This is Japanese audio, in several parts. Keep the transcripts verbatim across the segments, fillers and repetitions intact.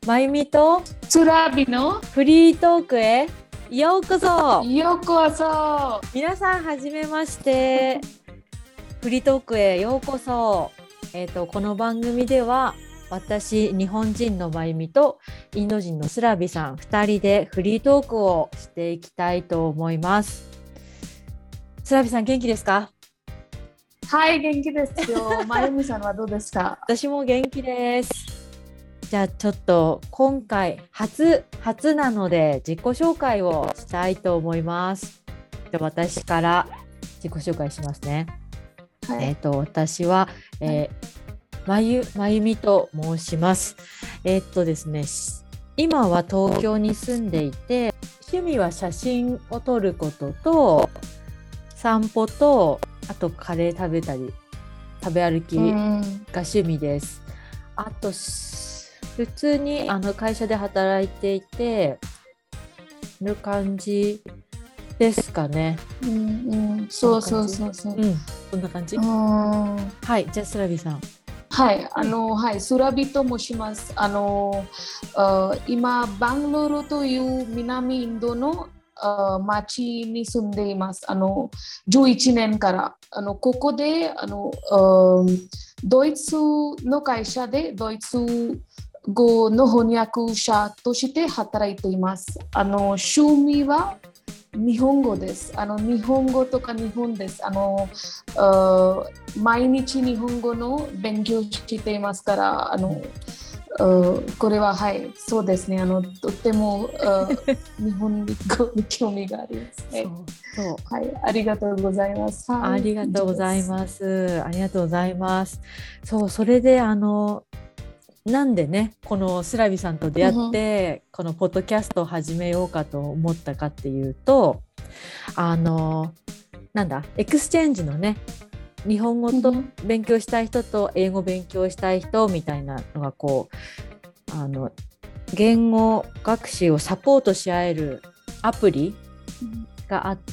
まゆみとスラビのフリートークへようこそ。 ようこそ。 皆さんはじめまして。フリートークへようこそ。えーと、この番組では私日本人のまゆみとインド人のスラビさんふたりでフリートークをしていきたいと思います。スラビさん元気ですか？ はい、元気ですよ。まゆみさんはどうですか？ 私も元気です。じゃあちょっと今回初初なので自己紹介をしたいと思います。で私から自己紹介しますね。 はい、 えっ、と私は、えー、まゆまゆみと申します。えっ、とですね、今は東京に住んでいて、趣味は写真を撮ることと散歩と、あとカレー食べたり食べ歩きが趣味です。あと普通にあの会社で働いていてる感じですかね。 うんうん、そうそうそうそう。 うん、そんな感じ。 うん、 はい、じゃあスラビさん。 はい、あの、はい、スラビと申します。あの、あ今、バングロールという南インドのあ町に住んでいます。あの、じゅういちねんから。あの、ここで、あの、あドイツの会社でドイツ語の翻訳者として働いています。あの、趣味は日本語です。あの日本語とか日本です。あのあ毎日日本語の勉強していますから、あのこれははい、そうですね。あのとても日本語に興味がありますね。 そうそう、 はい、ありがとうございます。はい、 ありがとうございます。ありがとうございます。そう、それであのなんでね、このスラビさんと出会って、このポッドキャストを始めようかと思ったかっていうと、あのなんだエクスチェンジのね、日本語と勉強したい人と英語勉強したい人みたいなのがこうあの言語学習をサポートし合えるアプリがあって、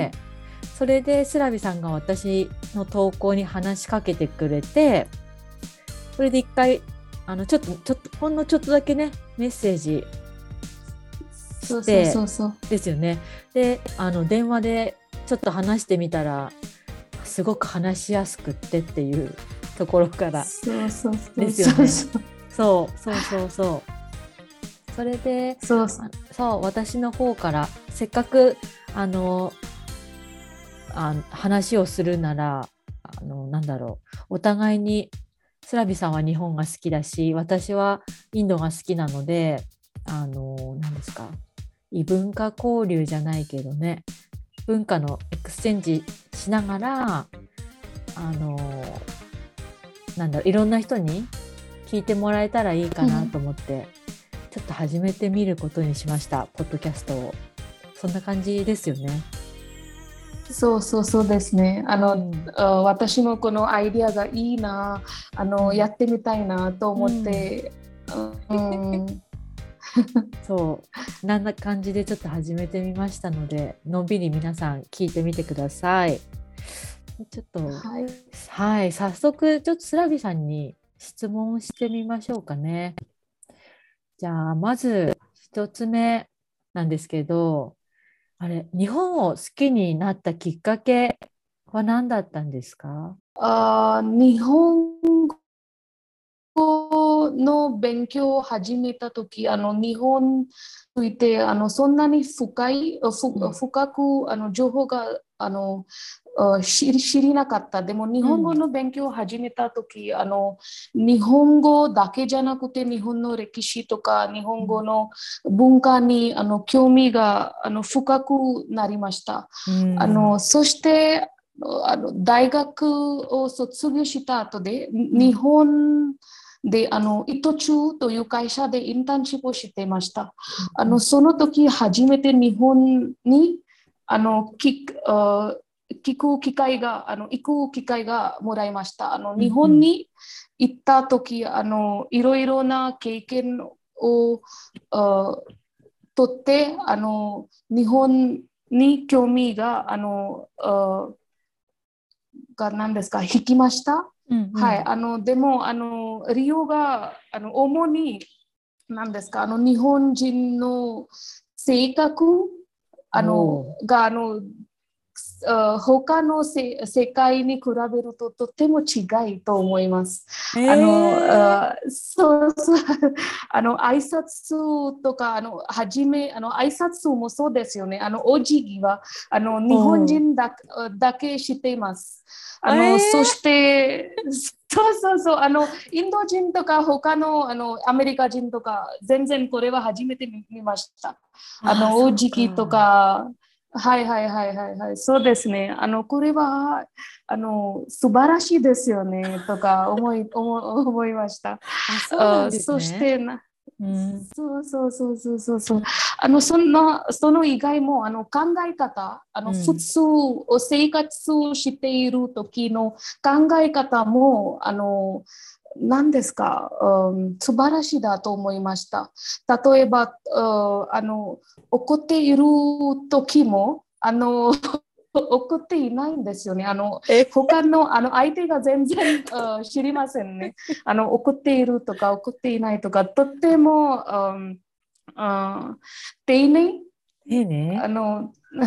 それでスラビさんが私の投稿に話しかけてくれて、それで一回あのちょっとちょっとほんのちょっとだけねメッセージしてですよね。であの電話でちょっと話してみたらすごく話しやすくってっていうところからですよね。そうそうそうそう。それでそうそう私の方からせっかくあのあ話をするならあのなんだろう、お互いにスラビさんは日本が好きだし私はインドが好きなので、あの何ですか、異文化交流じゃないけどね、文化のエクスチェンジしながらあのなんだろう、いろんな人に聞いてもらえたらいいかなと思って、うん、ちょっと始めてみることにしました、ポッドキャストを。そんな感じですよね。 そうそうそうですね。あの、うん、私もこのアイディアがいいな、あの、うん、やってみたいなと思って、うんうん、 そうなんな感じでちょっと始めてみましたので、のんびり皆さん聞いてみてください。ちょっと、はい、はい、早速ちょっとスラビさんに質問してみましょうかね。じゃあまず一つ目なんですけど、あれ、日本を好きになったきっかけは何だったんですか？ あ、日本語の勉強を始めたとき、あの日本についてあのそんなに深い、ふ深くあの情報があの知り、知りなかった。でも日本語の勉強を始めたとき、うん、あの日本語だけじゃなくて日本の歴史とか日本語の文化にあの興味があの深くなりました。うん、あのそしてあの大学を卒業した後で日本であのイトチューという会社でインターンシップをしていました。あのその時初めて日本にあの聞く、聞く機会があの行く機会がもらいました。あの日本に行った時、あのいろいろな経験をとってあの日本に興味があのが何ですか引きました。うんうん、はい、あのでもあの理由があの主に何ですか、あの日本人の性格あのおがあのあ他のせ世界に比べるととても違いと思います。 ー、 あの、 えあそうそう、あの挨拶とか、あの、はじめ、あの挨拶もそうですよね。あの、お辞儀は、あの、 ー、 日本お人だ、だけしています。あー、 の、そえして、そうそうそう、あの、インド人とか他の、あの、アメリカ人とか、全然これは初めて見ました。 ー、ああ、 あの、おそう辞儀とか。 か、はいはいはいはいはい、そうですね。あの、これは、あの、素晴らしいですよね、とか思い、思思いました。 あ、そうなんあ、 ですそしね。 てな、 うん。 そうそうそうそうそうそう。あの、そんな、その以外も、あの、考え方、あの、普うん。 通、生活をしている時の考え方も、あの、何ですか、うん、素晴らしいだと思いました。例えば、ああの、怒っている時も、あの、怒っていないんですよね。あの、 え、 他の、あの、相手が全然、あ知りませんね。あの、怒っているとか、怒っていないとか、とっても、うんあ丁寧、 いいね。 あの、うん、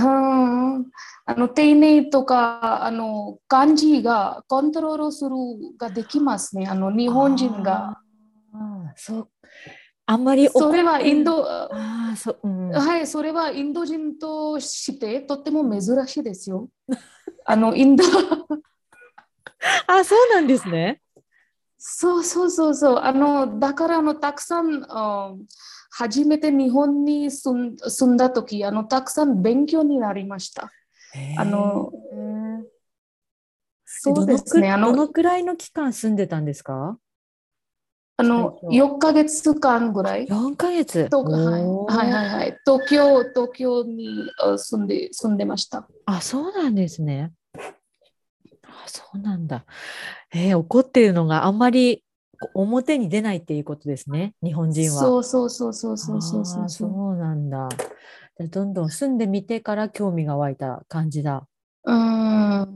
あの丁寧とか、あの、漢字がコントロールするができますね。あの、日本人あが。 あ、そう。あんまりそれ怒ってる。 はインド、 ああ、そう、うん。 はい、それはインド人としてとってもうん、 珍しいですよ。あの、インド、 あ、そうなんですね。 そうそうそうそう。あの、だからあの、たくさん、あ初めて日本に住ん、住んだ時、あの、たくさん勉強になりました。あへの、 え。で、 そうどのく、 ですね。あの、 どのくらいの期間住んでたんですか？ あの、 最初。 よっかげつかんぐらい、 よんかげつ。 と、はい、はいおお。 はいはい。東京、東京にあ住んで、住んでました。 あ、そうなんですね。あ、そうなんだ。えー怒っているのがあんまりこう表に出ないっていうことですね、日本人は。 そうそうそうそうそうそうそああ、そうそう。 うなんだ。でどんどん住んでみてから興味が湧いた感じだ。 うん。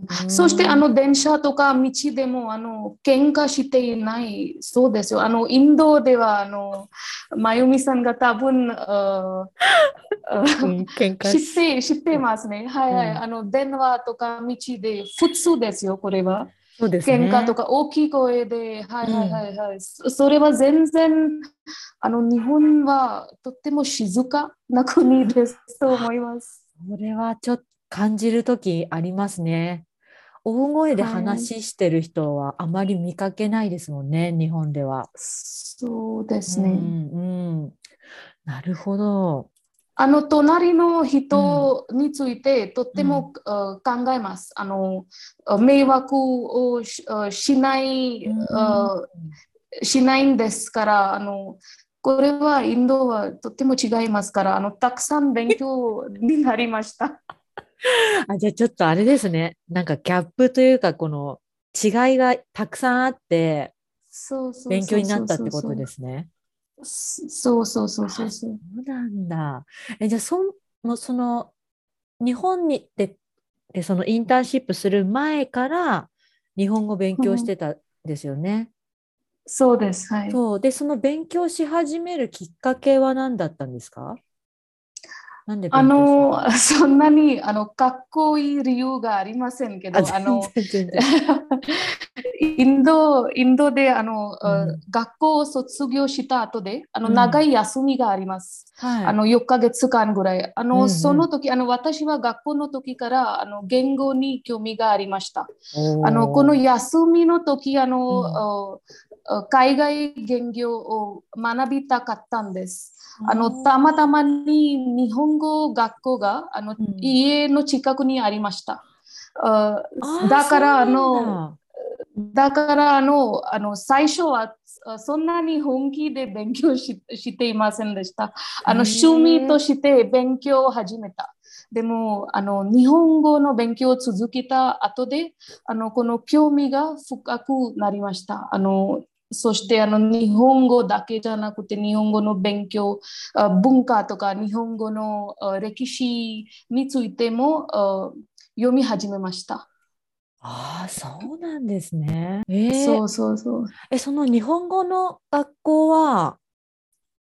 うーそして、あん。 の、電車とか道でも、あの、喧嘩していない、そうですよ。あの、インドでは、あの、まゆみさんが多分、ああうん、喧嘩知っし。 て、知ってますね。はいはい。 うん。 あの、電話とか道で普通ですよ、これは。 そうです喧嘩とね。 か大きい声で、はいはいはうん。 いはい。そそれは全然、あの、日本はとっても静かな国ですとあ、 思います。 それはちょっと感じるときありますね。大声ではい。 話してる人はあまり見かけないですもんね、日本では。 そうでうすね。 ん、うん。なるほど。 あの、隣のうん、 人についてとってもうん、 あ考えます。あの、迷惑をしあしない、 うん。 あしないんですから、あの、これはインドはとっても違いますから、あの、たくさん勉強になりました。 あ、じゃあちょっとあれですね。なんかギャップというか、この違いがたくさんあって、 そうそう勉強になそうそうったってことそうそう。 ですね。 そうそうそうそあ、そうそう。 うなんだ。え、じゃあそん、もうその、日本にで、で、そのインターンシップする前から日本語勉強しうん、 てたんですよね。 そうです。はい。 そう。で、その勉強し始めるきっかけは何だったんですか？なんであ勉強し始の、 めた？ そんなに、あの、かっこいい理由がありませんけあ、 ど、あ全の、 然全然。 インド、インドで、あの、あうん。 学校を卒業した後で、あの、 うん。 長い休みがあります。 はい。 あの、よっかげつかんぐらい。あの、 うんうん。 その時、あの、私は学校の時から、あの、言語に興味がありました。あの、このおー。 休みの時、あの、 うん。 ああ海外言語を学びたかったんです。 ああの、たまたー、 まに日本語学校が、あの、 うん。 家の近くにありました。あああ、 だから、あそうなんの、 だ。 だからあの、あの最初はそんなに本気で勉強し、していませんでした。 へあの趣味とえ。 して勉強を始めた。でも、あの日本語の勉強を続けた後で、あのこの興味が深くなりました。あのそしてあの日本語だけじゃなくて日本語の勉強、あ文化とか日本語のあ歴史についてもあ読み始めました。 ああ、そうなんですね。ええ。 そうそうそう。 え、その日本語の学校は、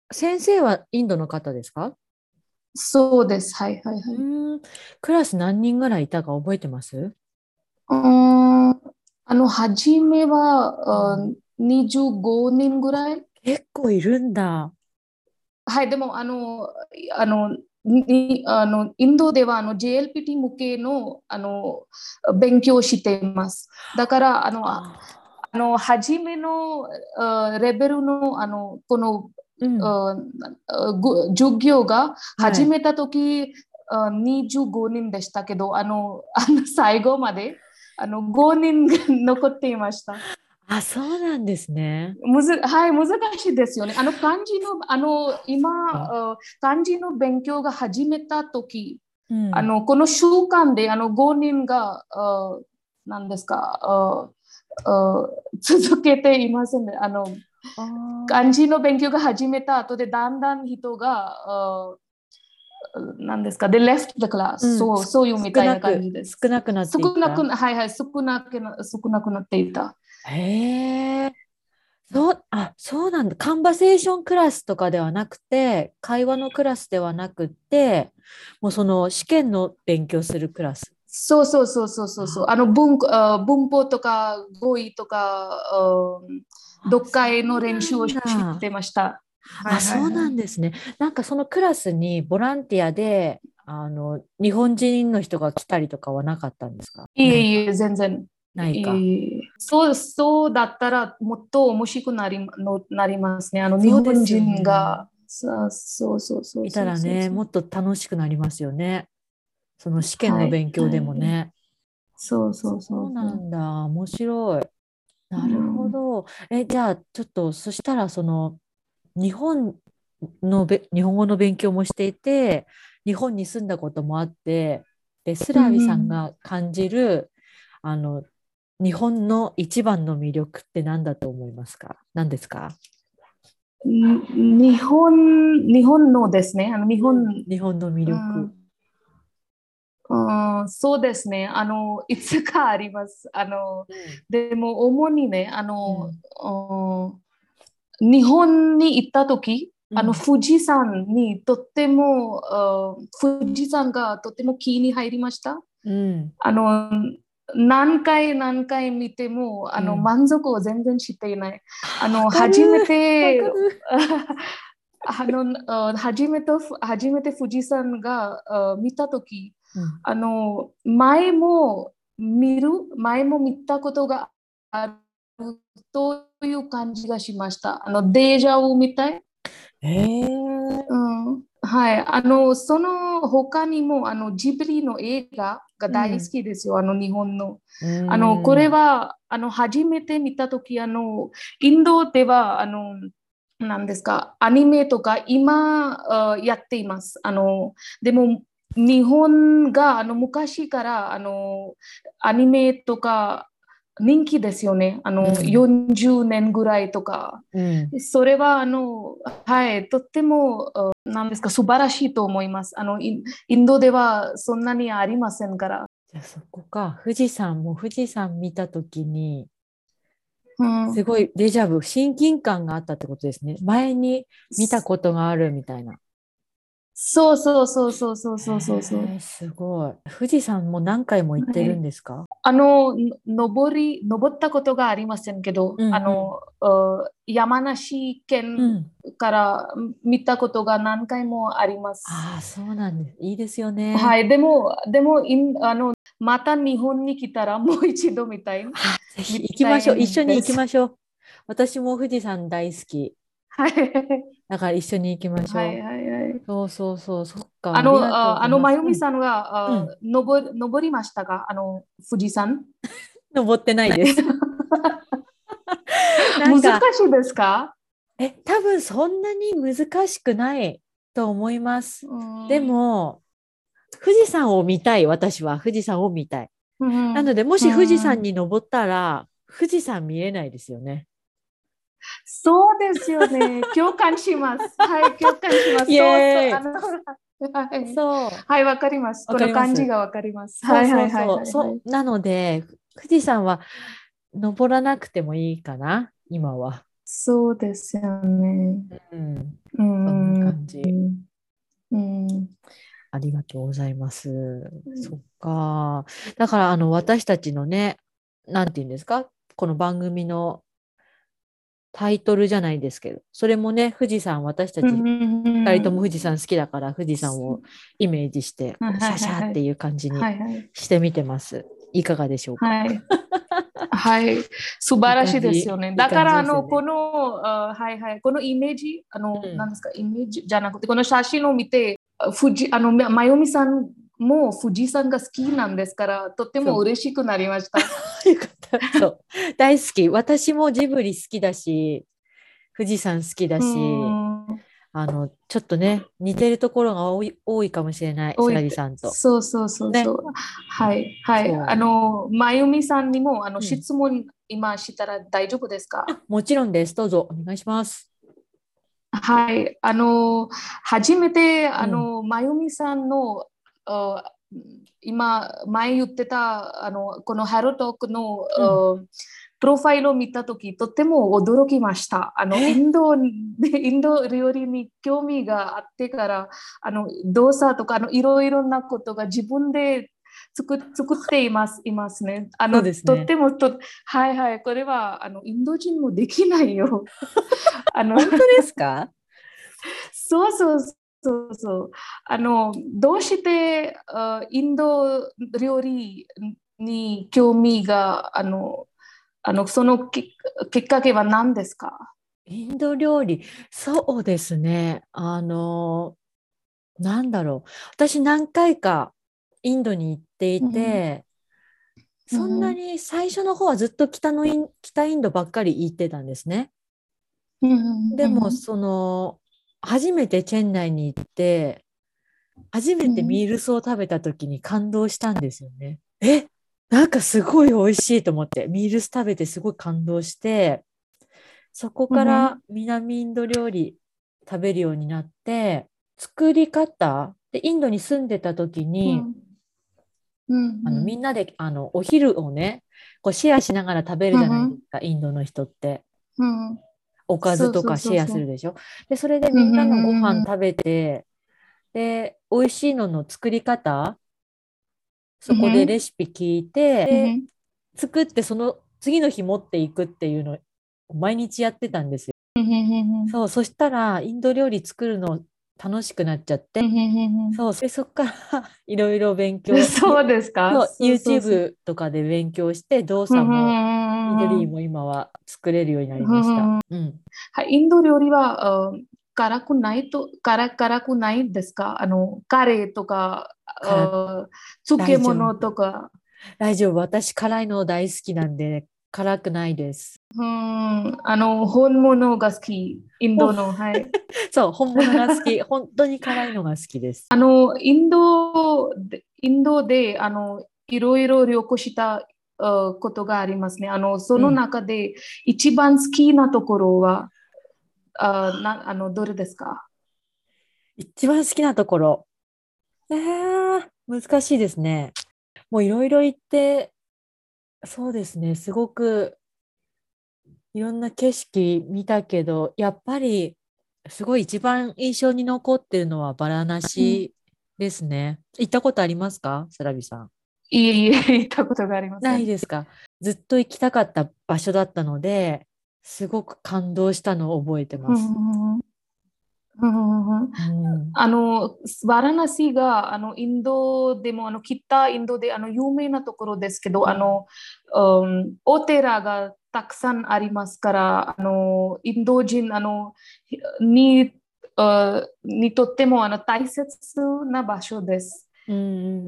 先生はインドの方ですか？ そうです。はいはいはい。 うん。クラス何人ぐらいいたか覚えてます？ うーん、あの、初めは、あうん。 にじゅうごにんぐらい。 結構いるんだ。 はい、でも、あの、あの、にあのインドではあの ジェーエルピーティー 向けの、あの勉強をしています。だから、あの、ああの初めのあレベルの、あのこのーうん。 ああぐ授業がはい。 始めたときあにじゅうごにんでしたけど、あの、あの最後まであのごにんが残っていました。 あ、そうなんですね。 むず、はい、難しいですよね。あの漢字の、あの、今、 ああ漢字の勉強が始めたとき、 うん。 あの、この習慣で、あの、ごにんが、あ何ですか、ああ続けていませんね。あの、 あ漢字あ。 の勉強が始めた後で、だんだん人が、あ何ですか、they left the class。 うん。 そう、 すそういうみたいな感少なく、 じです。 少なくなっていった。 少なくな、はいはい、少なくな、少なくなっていた。 へえ。そう、あ、そうなんだ。カンバセーションクラスとかではなくて、会話のクラスではなくて、もうその試験の勉強するクラス。 そうそうそうそうそうそう。 ああの文、あ文法とか語彙とか、ああ、 読そ解の練習をうなんだ。 してました。はあ、 いはいそうはい。 なんですね。なんかそのクラスにボランティアで、あの、日本人の人が来たりとかはなかったんですか？ないか。 いえいえ、全然。 ないか。 いえそう、そうだったらもっと面白くなり、のなりますね。あの日そうですよ本人ね。 が、さそうそうそういたそうらね、 そうそう。 もっと楽しくなりますよね。その試験のはい、 勉強でもはい。 ね。 そうそうそそううそう。 なんだ。面白い。 うなるほん、 ど。え、じゃあ、ちょっと、そしたら、その、日本のべ、日本語の勉強もしていて、日本に住んだこともあって、で、スうラビさんん、 が感じる、あの、日本の一番の魅力って何だと思いますか？何ですか？ ん日本、日本のですね、あの日本、 うん。日本の魅力。 うん、うん、そうですね。あの、いつかあります。あの、 うん。 でも、主にね、あの、 うん。 うん日本に行った時、あの、 うん。 富士山にとっても、あ富士山がとても気に入りました。 うん。 あの、何回何回見ても、あの、 うん。 満足を全然していない。ああー、わの、 かる。 初めわかて、 る。 あの、あ初めて、初めて富士山があ見たとき、 うん。 あの、前も見る、前も見たことがあるという感じがしました。あの、デージャブみたい。 えー。 うん、はい。あの、その他にも、あの、ジブリの映画が大好うん。 きですよ。あの、日本の。 うあの、これん。 は、あの、初めて見たとき、あの、インドでは、あの、なんですか、アニメとか今、あやっています。あの、でも、日本が、あの、昔から、あの、アニメとか人気ですよね。あの、 うん。 よんじゅうねんぐらいとか。 うん。 それは、あの、はい、とっても、あなんですか、素晴らしいと思います。あの、インインドではそんなにありませんから。 じゃあそこか。富士山も富士山見たときに、 うん、 すごいデジャブ、親近感があったってことですね。前に見たことがあるみたいな。 そうそうそうそうそうそうそうそう。 へえ、すごい。富士山も何回も行ってるんはい、 ですか？ あの、の登り、登ったことがありませんけど、 うんうん。 あの、あ山梨県うん。 から見たことが何回もあります。 ああ、そうなんです。いいですよね。 はい、でも、でも、インあの、また日本に来たらもう一度見たい、 あ、ぜひ見た行きましょう。一緒に行きいです。 ましょう。私も富士山大好き。 はい。 だから一緒に行きましょう。 はいはいはい。 そうそうそう。そっか。ありあの、 がとうごああの、 ざいます。うん。 まゆみさんが、あ、 うん。 登、登りましたか？あの、富士山。 登ってないです。なん難しか、 いですか？ え、多分そんなに難しくないと思います。 うでん。 も、富士山を見たい、私は富士山を見たい。 うん。 なので、もうし富士山ん。 に登ったら、富士山見えないですよね。 そうですよね。共感します。はい、共感しまイす。そうそう。 エーイ。 あの、はい。 そう、 はい、わかります。 わこのかります。 感じがわかります。 そうはいはいはいそうそう。 はいはい。 そう。なので、富士山は登らなくてもいいかな、今は。 そうですよね。 うん、 うそんなん。 感じ。 うん。 ありがとうございます。そっか。だから、あの、私たちのね、なんていうんですか、この番組のタイトルじゃないですけど、それもね、富士山、私たうち二人ともん。 富士山好きだから、富士山をイメージして、 はいこうシャシャっはいはい。 ていう感じにはいはい。 してみてます。いかがでしょうか。 はい。はい。素いい晴らしいですよ感じ、 ね。 いい感じだから、あの、こですよね。 の、あはいはい。このイメージ、あの、 うん。 何ですか、イメージじゃなくて、この写真を見て、あ富士、あの、ままゆみさんも富士山が好きなんですから、とてそう。 も嬉しくなりました。 よかった。そう。大好き。私もジブリ好きだし、富士山好きだうし、 ん。 あの、ちょっとね、似てるところが多い、多いかもしれない、セラ置いて、 ビさんと。 そうそうそうそね。 う。はい、はい。あその、まゆみさんにも、あの、 う。うん。 質問、今したら大丈夫ですか？ あ、もちろんです。どうぞ、お願いします。 はい。あの、初めて、 うん。 あの、まゆみさんの、あ今、前言ってた、あの、このハロートークの、 うん。 あプロファイルを見たとき、とても驚きました。あの、イえ、 ンドで、インド料理に興味があってから、あの、動作とか、あの、いろいろなことが自分で作、作っています、いますね。あそうの、とっですね。 てもと、はいはい、これは、あの、インド人もできないよ。あの、 本当ですか？ そうそうそうそう。あの、どうしてあインド料理に興味が、あの、あのそのき、きっかけは何ですか？ インド料理、そうですね。あの、なんだろう。私何回かインドに行っていうん、 て、 うそんなん、 に最初の方はずっと北のイン、北インドばっかり行ってたんですね。 うん、 でも、 うん、 その、初めてチェン内に行って、初めてうん、 ミールスを食べた時に感動したんですよね。え、なんかすごい美味しいと思って、ミールス食べてすごい感動して、そこうん、うからん、 南インド料理食べるようになって、作り方で、インドに住んでた時に、 うん、うあのみん、 んなであのお昼をね、こうシェアしながら食べるじゃないですか、インドの人って。 うん、 おかずそうそうとかシェアそうそう。 するでしょ。で、それでうん、 みんなのごうん、うん、 飯食べて、で、美味しいのの作り方、そこでレシピ聞いて、で、 うん、 作ってその次の日持っていくっていうのを毎日やってたんですよ。 うん、 そう、そしたらインド料理作るの楽しくなっちゃって、 うん、 そう、で、そっからいろいろ勉うん、 強、ゆそうですか？ そう、 そうそうそう。 YouTube とかで勉強して、動うん、 作もインド料うん、 理も今は作れるようになりました。 うん、 うん。 はい、インド料理は、あ辛くないと、辛、辛くないですか？あの、カレーとか、 からあ漬大丈物と夫。 か。 大丈夫。私、辛いの大好きなんで、辛くないです。 うん、あの、本物が好き。インほんドの、はい。 そう、本物が好き。本当に辛いのが好きです。 あの、インドで、インドで、あの、いろいろ旅行したあことがありますね。あの、そのうん。 中で一番好きなところは、あ、な、あの、どれですか？ 一番好きなところ。えー、難しいですね。もういろいろ言って、そうですね。すごくいろんな景色見たけど、やっぱりすごい一番印象に残ってるのはバラナうん、 シですね。行ったことありますか、セラビさん？ いえいえ、行ったことがありません。 ないですか？ずっと行きたかった場所だったので、すごく感動したのを覚えてうます。 ん、うん、うん、 うん。 あの、ワラナシが、あの、インドでも、あの、北インドで、あの、有名なところですけど、あうん。 の、うん、お寺がたくさんありますから、あの、インド人、あの、に、あにとっても、あの、大切な場所です。 うん。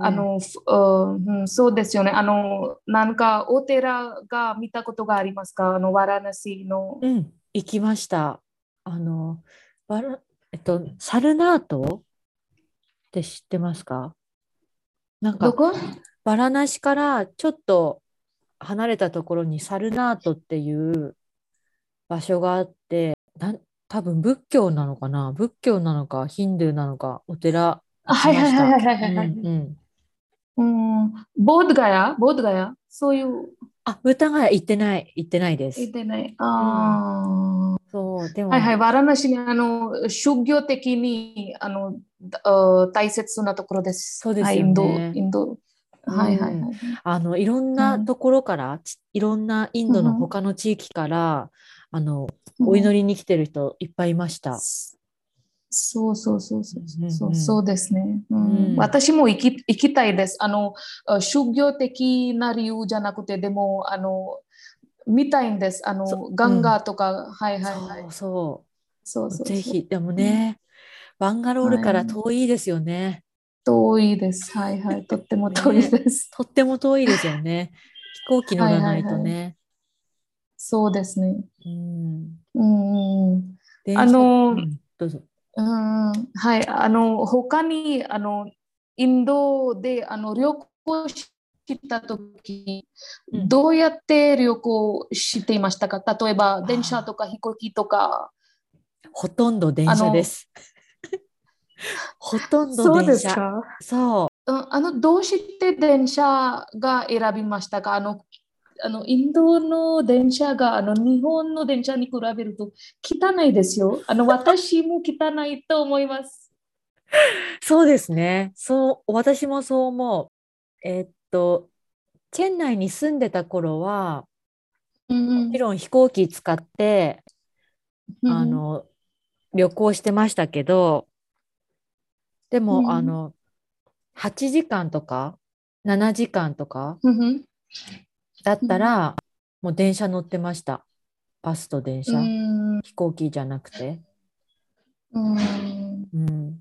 うん。 あの、うん、そうですよね。あの、なんか、お寺が見たことがありますか？あの、ワラナシの。 うん、行きました。あの、バラ、えっと、サルナートって知ってますか？なんか、 どこ？ バラナシからちょっと離れたところにサルナートっていう場所があって、なん、多分仏教なのかな、仏教なのかヒンドゥーなのか、お寺あ、 行きはいました。 はいはいはいはうん、 いはい。 うん。 うん、ボードガヤボードガヤそういう。 あ、歌が行ってない、行ってないです。 行ってない。 うん。 ああ。 そう、でも、 はいはい。ワラナシに、あの、宗教的に、あの、あ大切なところです。はい、イそうですよンド、 ね。 インド。 うはいはいん。 はい。 あの、いろんうん。 なところから、ちいろんなインドのうん。 他の地域から、あの、おうん。 祈りに来てる人いっぱいいました。 そうそうそうそううんそう、 うんそうですね。ううん。 ん、 うん。 私も行き、行きたいです。あの、あ宗教的な理由じゃなくて、でも、あの、見たいんです。あそ、 の、ガンうん。 ガーとか、はいはいはい。 そうそそうう。 そうそぜひ、でもう。うん、 ね、バンガロールからはい。 遠いですよね。 遠いです。はいはい。とっても遠いね。 です。 とっても遠いですよね。飛行機乗はいらないとはいはい。 ね。 そうですね。 うん。 うん。うん、あ電車、うの、 ん、どうぞ。 うん、はい。あの、他に、あの、インドで、あの、旅行したとき、 うん。 どうやって旅行していましたか？例えば、電車あとか飛行機とか、 あ、ほとんど電あの、 車です。ほとんどそう電車。 ですか？ そう。 うん、あの、どうして電車が選びましたか？あの、あの、インドの電車が、あの、日本の電車に比べると汚いですよ。あの、私も汚いと思います。 そうですね。そう、私もそう思う。えっと、チェン内に住んでた頃は、 うん、 もちろん飛行機使って、 うん、 あの、旅行してましたけど、でも、あうん、 の、はちじかんとか、ななじかんとかうん、 だっうん、 たら、もう電車乗ってました。バスと電う車。 ん、 飛行機じゃなくて。 うん。 うん。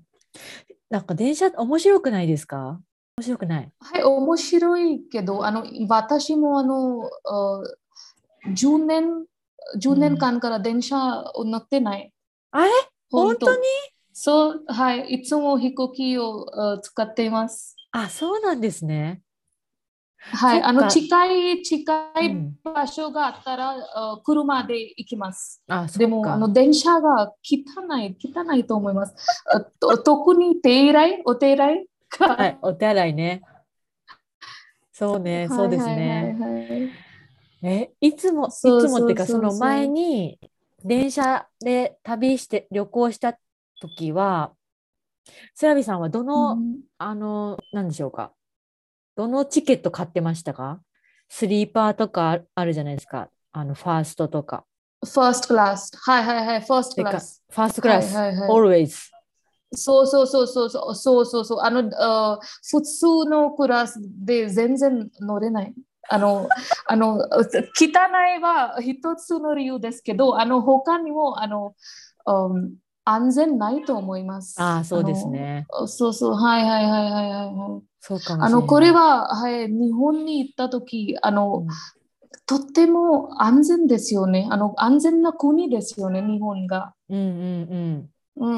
なんか電車面白くないですか？面白くない。 はい、面白いけど、あの、私もあの、あじゅうねん、10 うん。 年間から電車を乗ってない。 あれ本当に。 本当。そう、はい、いつも飛行機をあ使っています。 あ、そうなんですね。 はい、あの、 そっか。 近い、近いうん。 場所があったら、あ車で行きます。 あ、 でも、あそっか。 の、電車が汚い、汚いと思います。あと特に手洗い、お手洗いが。 はい、お手洗いね。そうね、そうですはいはいはいね。 はい。 え、いつも、いそうつもっていうか、そそうそうの前そう。 に電車で旅して、旅行した時は、セラビさんはどの、 うん、 あの、なんでしょうか。どのチケット買ってましたか？スリーパーとかあるじゃないですか。あの、ファーストとか。 ファーストクラス。はいはいはい。ファーストクでか、 ラス。 ファーストクはいラス、 はいはい。 always。 そうそうそうそうそうそうそうそう。あの、あ普通のクラスで全然乗れない。あの、あの、汚いは一つの理由ですけど、あの、他にも、あの、うん、安全ないと思いまああ、 す。あそうですの、 ね。 そうそう、はいはいはいはいはいはい。 そうかもあの、こしれない。 れは、はい、日本に行ったとき、あの、 うん。 とっても安全ですよね。あの、安全な国ですよね、日本が。 うんうんうん。 うん、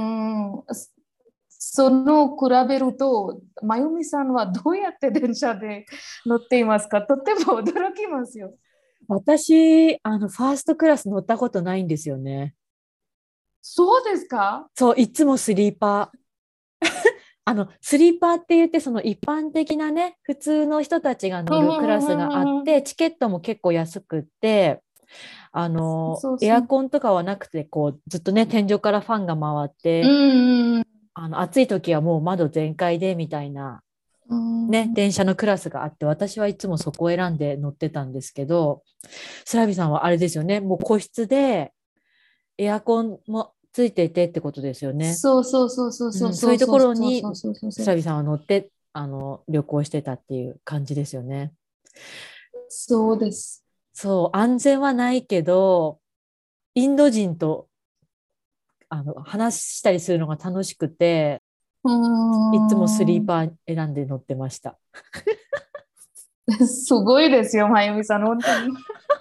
その比べると、まゆみさんはどうやって電車で乗っていますか？とっても驚きますよ。 私、あの、ファーストクラス乗ったことないんですよね。 そうですか？ そう、いつもスリーパー。あの、スリーパーって言って、その一般的なね、普通の人たちが乗うんうるクラスんうんがあっうんうん。 て、チケットも結構安くって、あの、エアそうそう。 コンとかはなくて、こう、ずっとね、天井からファンが回っうて、 んうんあの、暑い時はもう窓全開で、みたいな、 うね、 ん。 電車のクラスがあって、私はいつもそこを選んで乗ってたんですけど、スラビさんはあれですよね、もう個室でエアコンもついていてってことですよね。 そうそうそうそうそううん、そういうとそうそうころにそうそうそうそう。 スラビさんは乗ってあの旅行してたっていう感じですよね。 そうです。 そう、安全はないけど、インド人とあの話したりするのが楽しくて、 ういつもスリーーん。 パー選んで乗ってました。 すごいですよ、まゆみさん、本当に。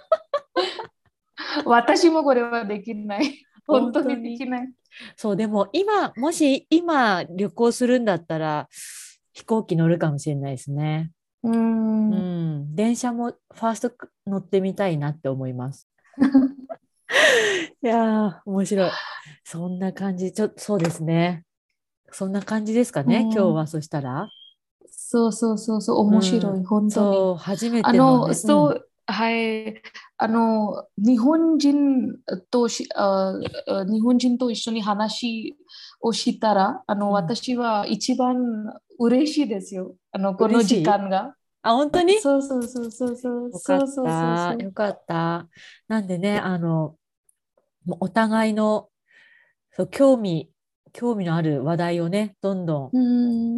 私もこれはできない。本当にで本当に。 きない。 そう、でも今、もし今旅行するんだったら、飛行機乗るかもしれないですね。 うーうん。 ん、電車もファースト乗ってみたいなって思います。いやー、面白い。そんな感じ、ちょ、そうですね。そんな感じですかうね、今日ん。 はそしたら。 そうそうそうそう、 う面白い、 ん、 本当に。 そう、初めあの、 てのね、うん、 そう、 はい、あの、日本人とし、あ、あ日本人と一緒に話をしたら、あの、 うん、 私は一番嬉しいですよ。あの、この時嬉しい。 間が。 あ、本当にそうそうそうそうそう、 よかっそうそうそうた。 そう。 よかった。なんでね、あの、もうお互いのそう興味、興味のある話題をね、どんどうん、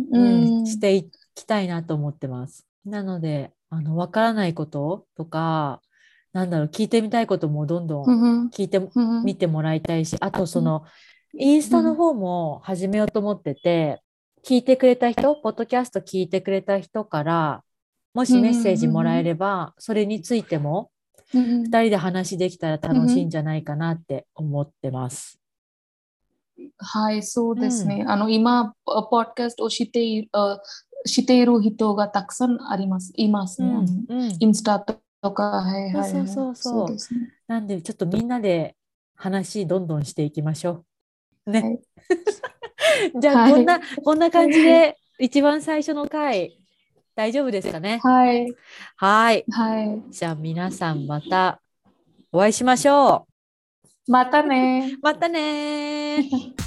ん、うん、 うん、 していきたいなと思ってます。なので、あの、わからないこととか、なんだろう、聞いてみたいこともどんどんうん、 聞いてうん、うん、 みてもらいたいし、あとその、インスタの方も始めようと思ってて、聞いてくれた人、ポッドキャスト聞いてくれた人から、もうん、 しメッセージもらえうん、 れば、それについても、 うん、 二人で話できたらうん、 楽しいんうん。 じゃないかなって思ってます。 はい、そううん。 ですね。あの、今、ポポッドキャストをしている、あしている人がたくさんあります、いますね。あうん、 の、 うん。 インスタとか、はいそうはいはい。 そうそうそうそう。 ですね。 なんで、ちょっとみんなで話どんどんしていきましょう。ね。 はい。 じゃあ、こんな、 はい。 こんな感じで、一番最初の回、大丈夫ですかね。 はい。 はい。 はい。 じゃあ、皆さんまたお会いしましょまたね。 う。またねー。